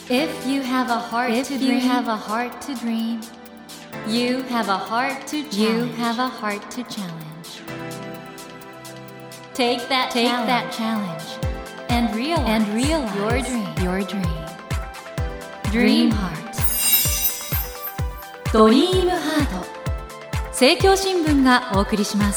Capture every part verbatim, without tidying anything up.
If you have a heart to dream, you have a heart to dream. You have a heart to challenge. You have a heart to challenge. Take that take challenge. that challenge and realize, and realize your dream. Your dream. Dream Heart. ドリームハート。政教新聞がお送りします。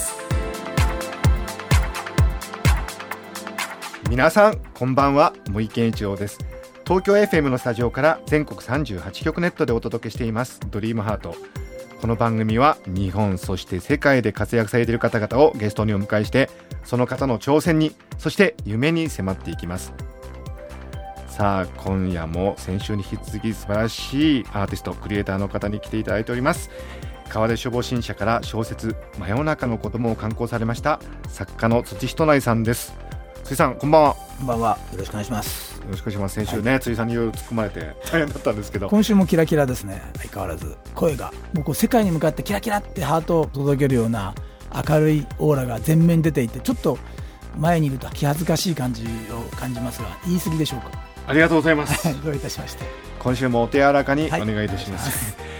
皆さんこんばんは、森健一郎です。東京 エフエム のスタジオから全国さんじゅうはちきょくネットでお届けしていますドリームハート。この番組は日本そして世界で活躍されている方々をゲストにお迎えして、その方の挑戦にそして夢に迫っていきます。さあ今夜も先週に引き続き素晴らしいアーティストクリエイターの方に来ていただいております。川出書房新社から小説真夜中の子供を刊行されました作家の辻仁成さんです。辻さんこんばんは。 こんばんは、よろしくお願いします。 よろしくお願いします。先週ね、はい、辻さんにいろいろ突っ込まれて大変だったんですけど、 今週もキラキラですね。相変わらず声がもうこう世界に向かってキラキラってハートを届けるような明るいオーラが全面に出ていて、ちょっと前にいると気恥ずかしい感じを感じますが、言い過ぎでしょうか。 ありがとうございますどういたしまして。 今週もお手柔らかにお願いいたします、はい、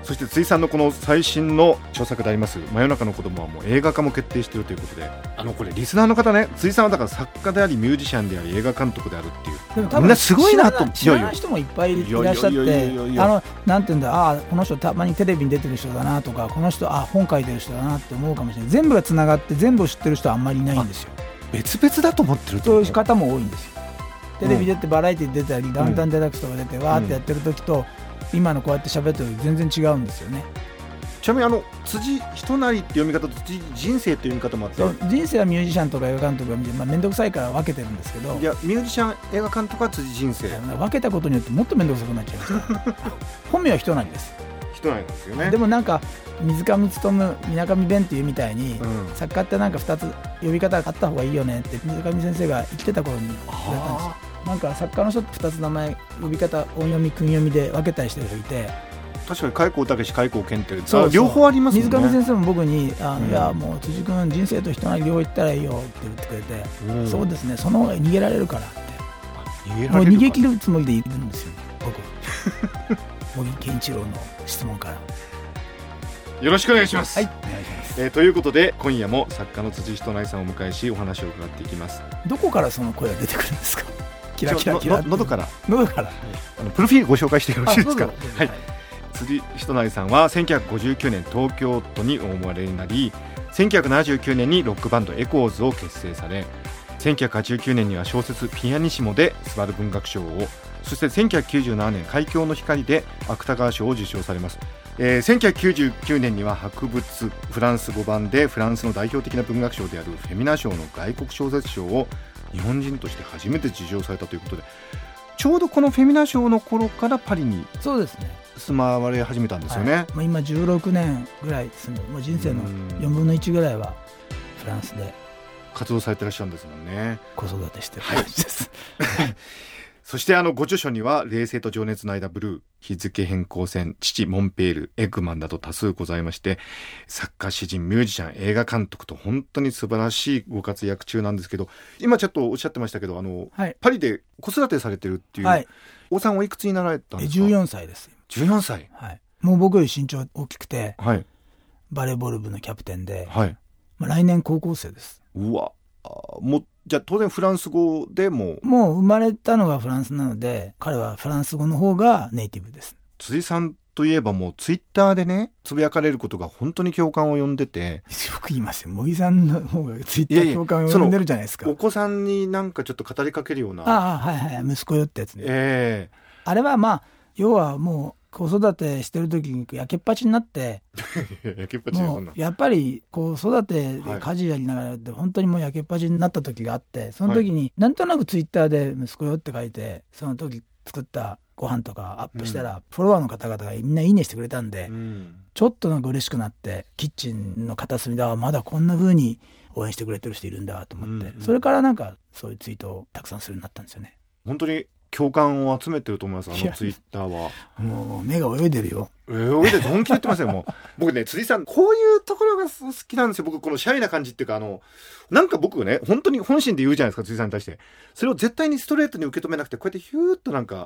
そして辻さんのこの最新の著作であります真夜中の子供はもう映画化も決定しているということで、あのこれリスナーの方ね、辻さんはだから作家でありミュージシャンであり映画監督であるっていう、 でも多分みんなすごいなと知らない人もいっぱいいらっしゃって、あのなんていうんだ、あこの人たまにテレビに出てる人だなとか、この人あ本書いてる人だなって思うかもしれない。全部がつながって全部を知ってる人はあんまりいないんですよ。 別々だと思ってる。 そういう方も多いんですよ。テレビ出てバラエティ出たり、ダウンタウンデラックスとか出てわーってやってる時と、今のこうやって喋ってる時全然違うんですよね。 ちなみにあの辻仁成って読み方と辻人生って読み方もあって、 人生はミュージシャンとか映画監督が見て、まあ、めんどくさいから分けてるんですけど、 いやミュージシャン映画監督は辻人生、 分けたことによってもっとめんどくさくなっちゃいますから本名は仁成です。 仁成なんですよね。 でもなんか水上勉、水上弁っていうみたいに、うん、作家ってなんかふたつ呼び方があった方がいいよねって水上先生が生きてた頃に言われたんですよ。なんか作家の人ってふたつ名前呼び方音読み訓読みで分けたりしてる人いて、 確かに開口武史開口健ってそうそう両方ありますもんね。 水上先生も僕にあの、うん、いやもう辻君人生と人なり両方言ったらいいよって言ってくれて、うん、そうですねその方が逃げられるからって逃げられるからもう逃げ切るつもりでいるんですよ僕森健一郎の質問からよろしくお願いします。 はい、お願いします。 えー、ということで今夜も作家の辻仁成さんをお迎えしお話を伺っていきます。 どこからその声が出てくるんですか。キラキラキラの喉から喉から、はい、 あのプロフィールご紹介してよろしいですか。 はい、 辻仁成さんはせんきゅうひゃくごじゅうきゅうねん東京都にお生まれになり、せんきゅうひゃくななじゅうきゅうねんにロックバンドエコーズを結成され、せんきゅうひゃくはちじゅうきゅうねんには小説ピアニシモでスバル文学賞を、そしてせんきゅうひゃくきゅうじゅうななねん海峡の光で芥川賞を受賞されます。えー、せんきゅうひゃくきゅうじゅうきゅうねんには博物フランス語版でフランスの代表的な文学賞であるフェミナ賞の外国小説賞を日本人として初めて受賞されたということで、ちょうどこのフェミナ賞の頃からパリにそうですね住まわれ始めたんですよね。はい、 まあ、今じゅうろくねんぐらい住む、もう人生のよんぶんのいちぐらいはフランスで活動されてらっしゃるんですもんね。 子育てしてる感じです、 はい、そしてあのご著書には冷静と情熱の間ブルー、日付変更線、父モンペール、エッグマンなど多数ございまして、作家詩人ミュージシャン映画監督と本当に素晴らしいご活躍中なんですけど、今ちょっとおっしゃってましたけどあの、はい、パリで子育てされてるっていう、はい、お子さんおいくつになられたんですか。 じゅうよんさいです。 じゅうよんさい、 はい、もう僕より身長大きくて、 はい、 バレーボール部のキャプテンで、 はい、 まあ、来年高校生です。 うわあ、もうじゃあ当然フランス語でももう生まれたのがフランスなので、彼はフランス語の方がネイティブです。 辻さんといえばもうツイッターでねつぶやかれることが本当に共感を呼んでて、 よく言いますよ、森さんの方がツイッター共感を呼んでるじゃないですか。 いやいや、お子さんになんかちょっと語りかけるような、 ああはいはい息子よってやつね、 えー、 あれはまあ要はもう子育てしてる時にやけっぱちになってやけっぱちもうやっぱり子育てで家事やりながらって本当にもうやけっぱちになった時があって、その時になんとなくツイッターで息子よって書いて、その時作ったご飯とかアップしたら、うん、フォロワーの方々がみんないいねしてくれたんで、うん、ちょっとなんか嬉しくなって、キッチンの片隅ではまだこんな風に応援してくれてる人いるんだと思って、うんうん、それからなんかそういうツイートをたくさんするようになったんですよね。 本当に共感を集めてると思います、あのツイッターは。 もう目が泳いでるよ。 泳いでる、本気で言ってますよ。もう僕ね、辻さんこういうところが好きなんですよ。僕このシャイな感じっていうか、あのなんか僕ね本当に本心で言うじゃないですか、辻さんに対して。それを絶対にストレートに受け止めなくて、こうやってヒューッとなんか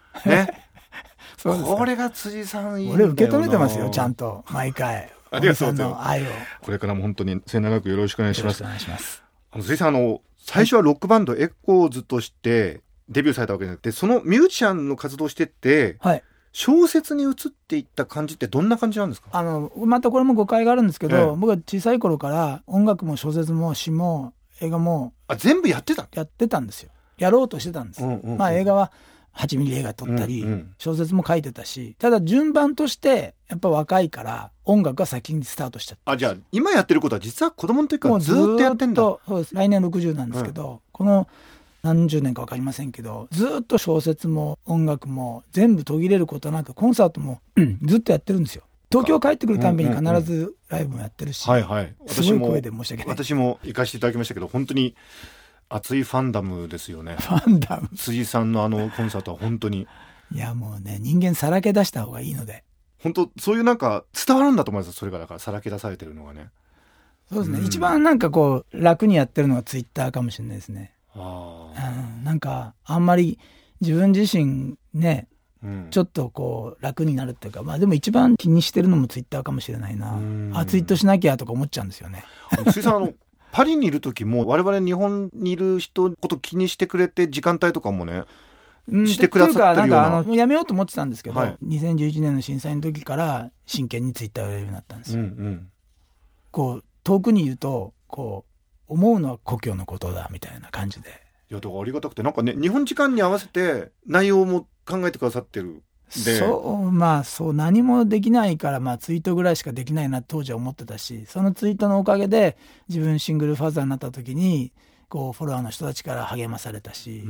ねそうですか。 これが辻さんいいんだよな。 俺受け止めてますよちゃんと毎回。 ありがとうございます。 おじさんの愛をこれからも本当に末永くよろしくお願いします。 よろしくお願いします。 あの辻さん、あの最初はロックバンドエコーズとしてデビューされたわけじゃなくて、そのミュージシャンの活動をしてって、はい、小説に移っていった感じってどんな感じなんですか？ あのまたこれも誤解があるんですけど、ええ、僕は小さい頃から音楽も小説も詩も映画もあ全部やってたやってたんですよ。やろうとしてたんです、うんうんうん、まあ映画ははちミリ映画撮ったり、うんうん、小説も書いてたし、ただ順番としてやっぱ若いから音楽が先にスタートしちゃった。 あ、じゃあ今やってることは実は子供の時からずっとやってんだ。 そうです。来年ろくじゅうなんですけど、うん、この何十年か分かりませんけど、ずっと小説も音楽も全部途切れることなくコンサートも、うん、ずっとやってるんですよ。東京帰ってくるたんびに必ずライブもやってるし、 うんうんうん、はいはい、 すごい声で申し訳ない。 私も行かせていただきましたけど、本当に熱いファンダムですよね。 ファンダム。 辻さんのあのコンサートは本当に。 いやもうね、人間さらけ出した方がいいので。 本当そういうなんか伝わるんだと思います。それがだからさらけ出されてるのがね。 そうですね、うん、一番なんかこう楽にやってるのがツイッターかもしれないですね。あ、うん、なんかあんまり自分自身ね、うん、ちょっとこう楽になるっていうか、まあでも一番気にしてるのもツイッターかもしれないな。あ、ツイートしなきゃとか思っちゃうんですよね。 辻さん、あのパリにいる時も我々日本にいる人のこと気にしてくれて、時間帯とかもね、うん、してくださってるような。 なんかあのやめようと思ってたんですけど、はい、にせんじゅういちねんの震災の時から真剣にツイッターをやるようになったんですよ、うんうん、こう遠くにいるとこう思うのは故郷のことだみたいな感じで。 いやだからありがたくて、なんかね、日本時間に合わせて内容も考えてくださってる。でそうまあそう何もできないから、まあ、ツイートぐらいしかできないな当時は思ってたし、そのツイートのおかげで自分シングルファザーになった時にこうフォロワーの人たちから励まされたし、うん、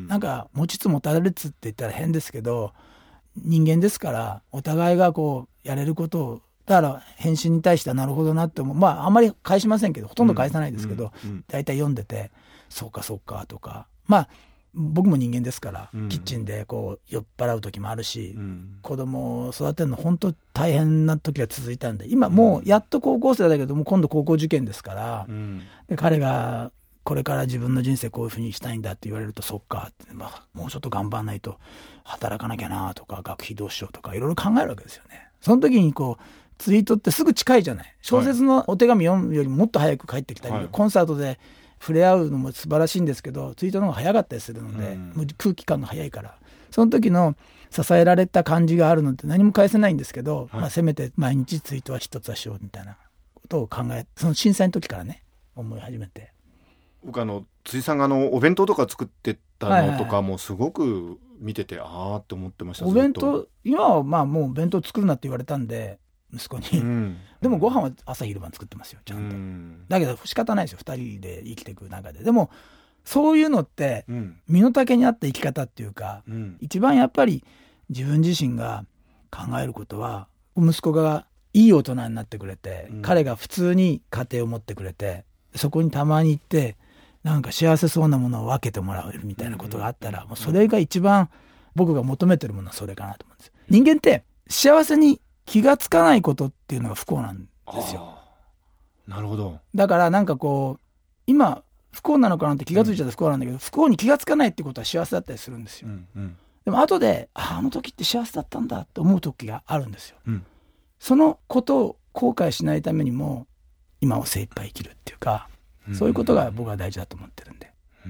なんか持ちつ持たれつって言ったら変ですけど、人間ですからお互いがこうやれることを、だから返信に対してはなるほどなって思う。まああんまり返しませんけど、ほとんど返さないですけど、うんうんうん、だいたい読んでてそうかそうかとか、まあ僕も人間ですから、うん、キッチンでこう酔っ払う時もあるし、うん、子供を育てるの本当大変な時が続いたんで、今もうやっと高校生だけども今度高校受験ですから、うん、で彼がこれから自分の人生こういうふうにしたいんだって言われると、そっかって、まあ、もうちょっと頑張らないと働かなきゃなとか、学費どうしようとかいろいろ考えるわけですよね。その時にこうツイートってすぐ近いじゃない。小説のお手紙読むよりもっと早く帰ってきたり、はい、コンサートで触れ合うのも素晴らしいんですけど、ツイートの方が早かったりするので、うん、もう空気感が早いから、その時の支えられた感じがあるので何も返せないんですけど、はい、まあ、せめて毎日ツイートは一つはしようみたいなことを考え、その震災の時からね思い始めて。 僕あの辻さんがあのお弁当とか作ってたのとかもすごく見てて、はいはいはい、あーって思ってました。 お弁当、今はまあもう弁当作るなって言われたんで息子に、うん、でもご飯は朝昼晩作ってますよちゃんと、うん、だけど仕方ないですよ、ふたりで生きていく中で。でもそういうのって身の丈に合った生き方っていうか、うん、一番やっぱり自分自身が考えることは、息子がいい大人になってくれて、うん、彼が普通に家庭を持ってくれて、そこにたまに行ってなんか幸せそうなものを分けてもらえるみたいなことがあったら、もうそれが一番僕が求めてるものはそれかなと思うんです。人間って幸せに気がつかないことっていうのが不幸なんですよ。 なるほど。 だからなんかこう今不幸なのかなって気がついちゃって不幸なんだけど、うん、不幸に気がつかないってことは幸せだったりするんですよ、うんうん、でも後で あ, あの時って幸せだったんだって思う時があるんですよ、うん、そのことを後悔しないためにも今を精一杯生きるっていうか、うん、そういうことが僕は大事だと思ってるんで、 うん、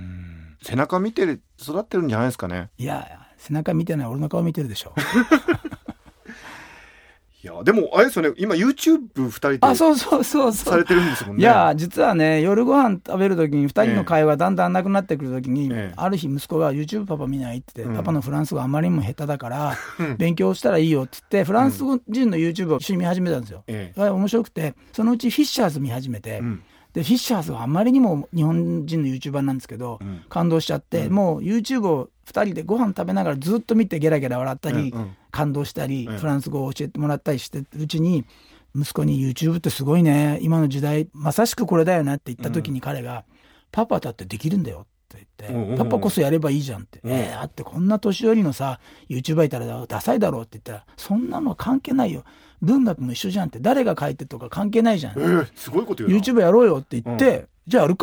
背中見てる育ってるんじゃないですかね。 いや背中見てない、俺の顔見てるでしょいやでもあれですよね、今 YouTube ふたりであそうそうそうそうされてるんですもんね。 いや実はね、夜ご飯食べるときにふたりの会話がだんだんなくなってくるときに、ええ、ある日息子が YouTube パパ見ないって言って、うん、パパのフランス語あまりにも下手だから勉強したらいいよって言ってフランス人の YouTube を一緒に見始めたんですよ、ええ、面白くて、そのうちフィッシャーズ見始めて、うん、でフィッシャーズはあまりにも日本人の YouTuber なんですけど、うん、感動しちゃって、うん、もう YouTube をふたりでご飯食べながらずっと見てゲラゲラ笑ったり、うんうん、感動したり、うん、フランス語を教えてもらったりしてるうちに、息子に YouTube ってすごいね、今の時代まさしくこれだよねって言った時に彼が、うん、パパだってできるんだよって言って、うんうんうん、パパこそやればいいじゃんって、うん、えー、だってこんな年寄りのさ YouTuber いたらダサいだろうって言ったら、そんなのは関係ないよ、文学も一緒じゃんって、誰が書いてとか関係ないじゃん、えー、すごいこと言うな、 YouTube やろうよって言って、うん、じゃあやるかって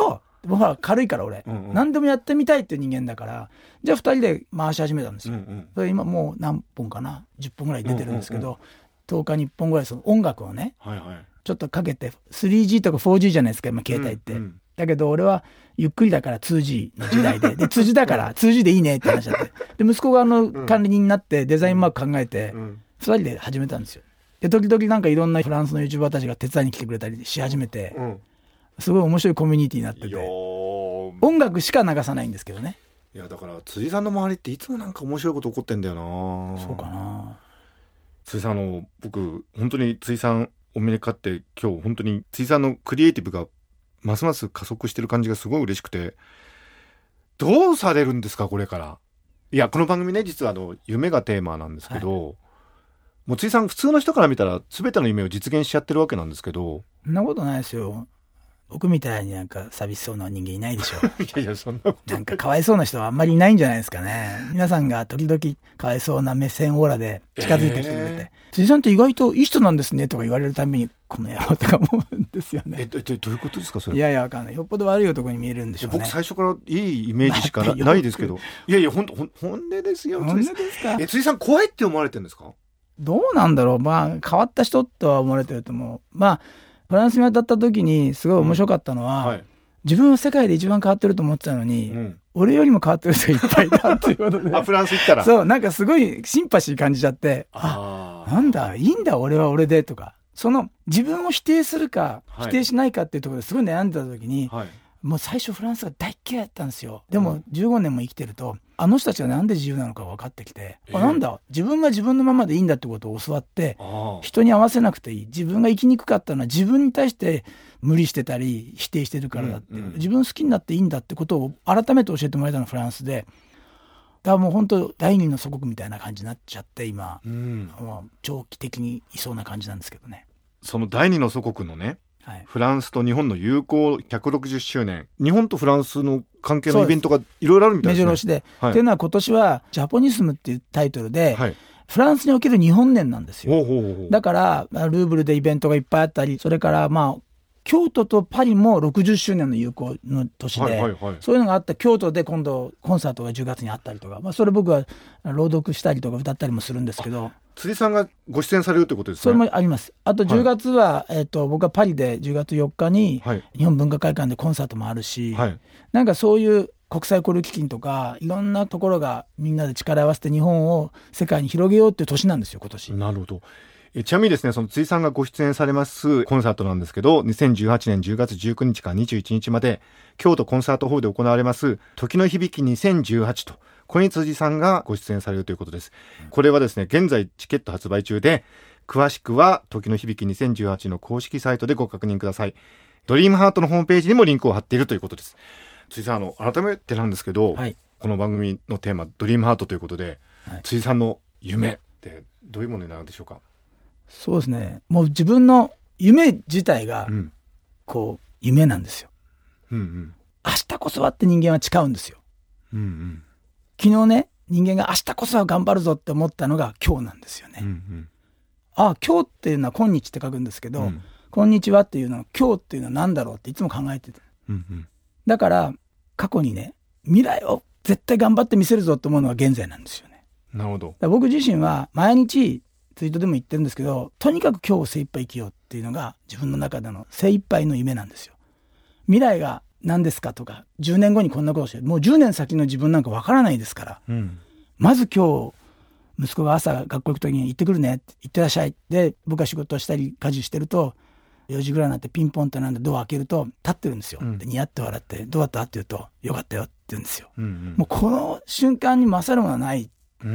僕は軽いから俺、 うんうん、 何でもやってみたいっていう人間だから、じゃあふたりで回し始めたんですよ、 うんうん、 それ今もう何本かなじゅっぽんぐらい出てるんですけど、 うんうんうん、 とおかにいっぽんぐらいその音楽をね、 はいはい、 ちょっとかけて スリージー とか フォージー じゃないですか今携帯って、うんうん、だけど俺はゆっくりだから ツージー の時代でで ツージー だから ツージー でいいねって話だってで息子があの管理人になってデザインマーク考えて、うんうん、ふたりで始めたんですよ。で時々なんかいろんなフランスの YouTuber たちが手伝いに来てくれたりし始めて、うん、すごい面白いコミュニティになってて、音楽しか流さないんですけどね。 いやだから辻さんの周りっていつもなんか面白いこと起こってんだよな。 そうかな。 辻さん、あの僕本当に辻さんお目にかかって今日本当に辻さんのクリエイティブがますます加速してる感じがすごい嬉しくて、どうされるんですかこれから。いやこの番組ね実はあの夢がテーマなんですけど、はい、もう辻さん普通の人から見たら全ての夢を実現しちゃってるわけなんですけど。 そんなことないですよ。僕みたいになんか寂しそうな人間いないでしょいやいやそんなことなんかかわいそうな人はあんまりいないんじゃないですかね。皆さんが時々かわいそうな目線オーラで近づいてきてくれて、えー、辻さんって意外といい人なんですねとか言われるたびにこの野郎とか思うんですよね。 えどういうことですかそれ。 いやいやわかんない。よっぽど悪い男に見えるんでしょうね。 僕最初からいいイメージしか な, ないですけどいやいやほんと本音ですよ。 本音ですか。 え辻さん怖いって思われてるんですか。 どうなんだろう。まあ変わった人とは思われてると思う。まあフランスに渡った時にすごい面白かったのは、うんはい、自分は世界で一番変わってると思ってたのに、うん、俺よりも変わってる人がいっぱいいたっていうことであフランス行ったらそうなんかすごいシンパシー感じちゃって、ああなんだいいんだ俺は俺でとか、その自分を否定するか、はい、否定しないかっていうところですごい悩んでた時に、はい、もう最初フランスが大嫌いだったんですよ。でもじゅうごねんも生きてるとあの人たちがなんで自由なのか分かってきて、えー、あなんだ自分が自分のままでいいんだってことを教わって、人に合わせなくていい、自分が生きにくかったのは自分に対して無理してたり否定してるからだって、うんうん、自分好きになっていいんだってことを改めて教えてもらえたのフランスで、だからもう本当第二の祖国みたいな感じになっちゃって今、うん、もう長期的にいそうな感じなんですけどね。 その第二の祖国のね、はい、フランスと日本の友好ひゃくろくじゅっしゅうねん、日本とフランスの関係のイベントがいろいろあるみたいですね。 目白押しで、はい、っていうのは今年はジャポニスムっていうタイトルで、はい、フランスにおける日本年なんですよ。ほうほうほう。だからルーブルでイベントがいっぱいあったり、それからまあ京都とパリもろくじゅっしゅうねんの友好の年で、はいはいはい、そういうのがあった。京都で今度コンサートがじゅうがつにあったりとか、まあ、それ僕は朗読したりとか歌ったりもするんですけど、 辻さんがご出演されるということですね。 それもあります。あとじゅうがつは、はいえー、と僕はパリでじゅうがつよっかに日本文化会館でコンサートもあるし、はい、なんかそういう国際交流基金とかいろんなところがみんなで力を合わせて日本を世界に広げようっていう年なんですよ今年。 なるほど。えちなみにですね、その辻さんがご出演されますコンサートなんですけど、にせんじゅうはちねんじゅうがつじゅうくにちからにじゅういちにちまで京都コンサートホールで行われます時の響きにせんじゅうはちと、これに辻さんがご出演されるということです。これはですね現在チケット発売中で、詳しくは時の響きにせんじゅうはちの公式サイトでご確認ください。ドリームハートのホームページにもリンクを貼っているということです。辻さん、あの改めてなんですけど、はい、この番組のテーマドリームハートということで、はい、辻さんの夢ってどういうものになるんでしょうか。 そうですね、もう自分の夢自体がこう夢なんですよ、うんうん、明日こそはって人間は誓うんですよ、うんうん、昨日ね人間が明日こそは頑張るぞって思ったのが今日なんですよね、うんうん、あ今日っていうのは今日って書くんですけど、うん、こんにちはっていうのは今日っていうのは何だろうっていつも考えてて、うんうん、だから過去にね未来を絶対頑張ってみせるぞって思うのは現在なんですよね。 なるほど。 僕自身は毎日ツイートでも言ってるんですけど、とにかく今日を精一杯生きようっていうのが自分の中での精一杯の夢なんですよ。未来が何ですかとかじゅうねんごにこんなことしてもうじゅうねん先の自分なんかわからないですから、うん、まず今日息子が朝学校行く時に行ってくるねって行ってらっしゃいで、僕が仕事をしたり家事してるとよじぐらいになってピンポンってなんでドア開けると立ってるんですよ、うん、でニヤッと笑ってどうだったって言うとよかったよって言うんですよ、うんうん、もうこの瞬間に勝るものはない、うん、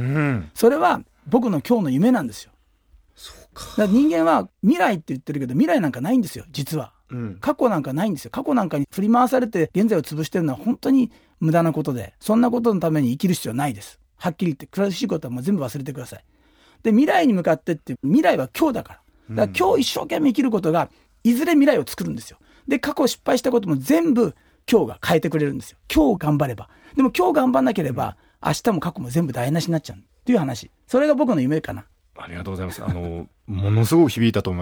それは僕の今日の夢なんですよ。 そうか。 だから人間は未来って言ってるけど未来なんかないんですよ実は、うん、過去なんかないんですよ。過去なんかに振り回されて現在を潰してるのは本当に無駄なことで、そんなことのために生きる必要ないです。はっきり言って苦しいことはもう全部忘れてください。で未来に向かってって未来は今日だから、だから今日一生懸命生きることがいずれ未来を作るんですよ。で過去失敗したことも全部今日が変えてくれるんですよ。今日頑張れば。でも今日頑張んなければ明日も過去も全部台無しになっちゃうっていう話。それが僕の夢かな。 ありがとうございます。あのものすごく響いたと思います。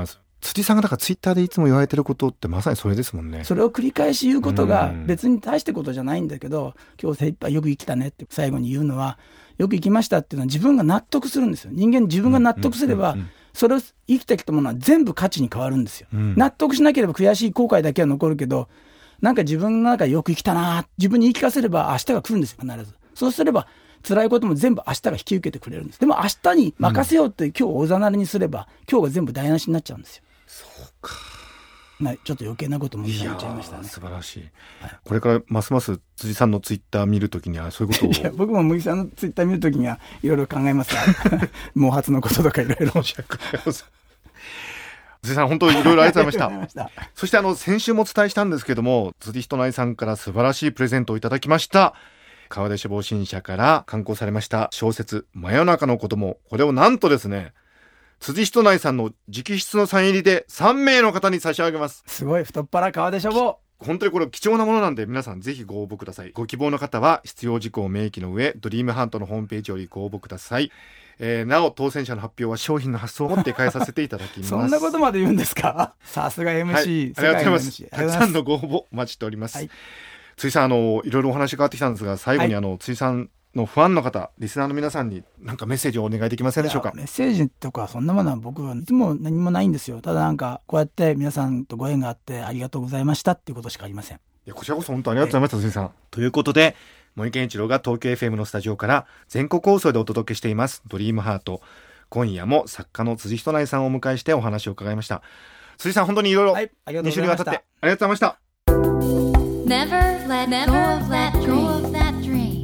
辻さんがだからツイッターでいつも言われてることってまさにそれですもんね。 それを繰り返し言うことが別に大してことじゃないんだけど、今日精一杯よく生きたねって最後に言うのは、よく生きましたっていうのは自分が納得するんですよ。人間自分が納得すれば、それを生きてきたものは全部価値に変わるんですよ、うん、納得しなければ悔しい後悔だけは残るけど、なんか自分の中でよく生きたな、自分に言い聞かせれば明日が来るんですよ、必ず。そうすれば辛いことも全部明日が引き受けてくれるんです。でも明日に任せようって、うん、今日おざなりにすれば今日が全部台無しになっちゃうんですよ。 そうか、 まあ、ちょっと余計なことも言っちゃいましたね。 素晴らしい、はい、これからますます辻さんのツイッター見るときにはそういうことをいや僕も麦さんのツイッター見るときにはいろいろ考えますが毛髪のこととかいろいろ申し訳ございません。 辻さん本当にいろいろありがとうございましたそしてあの先週もお伝えしたんですけども、辻仁成さんから素晴らしいプレゼントをいただきました。川出処方新社から刊行されました小説真夜中の子供、これをなんとですね、辻仁成さんの直筆のサイン入りでさんめいの方に差し上げます。 すごい太っ腹川出処方、 本当にこれ貴重なものなんで皆さんぜひご応募ください。ご希望の方は必要事項を明記の上、ドリームハントのホームページよりご応募ください。えー、なお当選者の発表は商品の発送をもって返させていただきますそんなことまで言うんですか。さすが エムシー、 はい、ありがとうございます。たくさんのご応募お待ちしております、はい、辻さんあのいろいろお話変わってきたんですが、最後にあの、はい、辻さんのファンの方、リスナーの皆さんに何かメッセージをお願いできませんでしょうか。 メッセージとかそんなものは僕はいつも何もないんですよ。ただなんかこうやって皆さんとご縁があってありがとうございましたっていうことしかありません。いやこちらこそ本当ありがとうございました、辻さん。ということで森健一郎が東京 エフエム のスタジオから全国放送でお届けしていますドリームハート。今夜も作家の辻仁成さんをお迎えしてお話を伺いました。辻さん本当にいろいろに週にわたってありがとうございました。 Never let go of that dream.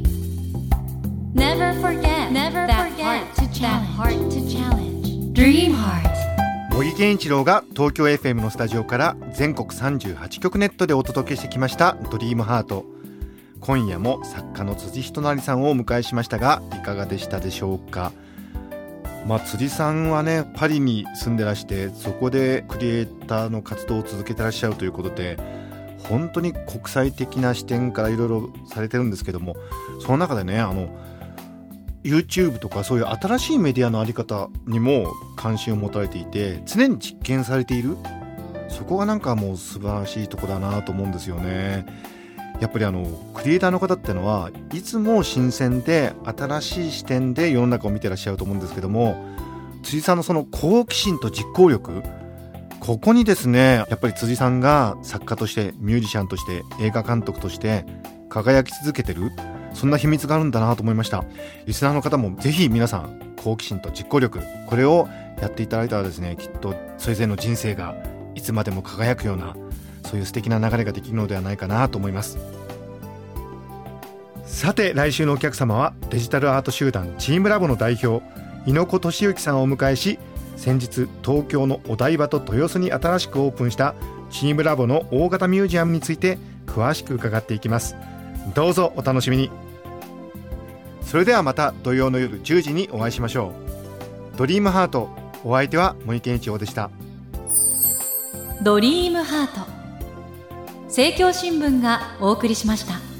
Never forget that heart to challenge. Dream Heart。 森健一郎が東京 エフエム のスタジオから全国さんじゅうはちきょくネットでお届けしてきましたドリームハート。今夜も作家の辻仁成さんをお迎えしましたがいかがでしたでしょうか。まあ、辻さんはねパリに住んでらして、そこでクリエイターの活動を続けてらっしゃるということで、本当に国際的な視点からいろいろされてるんですけども、その中でねあの YouTube とかそういう新しいメディアのあり方にも関心を持たれていて、常に実験されている、そこがなんかもう素晴らしいとこだなと思うんですよね。やっぱりあのクリエイターの方ってのはいつも新鮮で新しい視点で世の中を見てらっしゃると思うんですけども、辻さんのその好奇心と実行力、ここにですねやっぱり辻さんが作家としてミュージシャンとして映画監督として輝き続けてる、そんな秘密があるんだなと思いました。リスナーの方もぜひ皆さん好奇心と実行力、これをやっていただいたらですね、きっとそれぞれの人生がいつまでも輝くような、そういう素敵な流れができるのではないかなと思います。さて来週のお客様はデジタルアート集団チームラボの代表猪子俊之さんをお迎えし、先日東京のお台場と豊洲に新しくオープンしたチームラボの大型ミュージアムについて詳しく伺っていきます。どうぞお楽しみに。それではまた土曜の夜じゅうじにお会いしましょう。ドリームハート、お相手は森健一郎でした。 ドリームハート、政教新聞がお送りしました。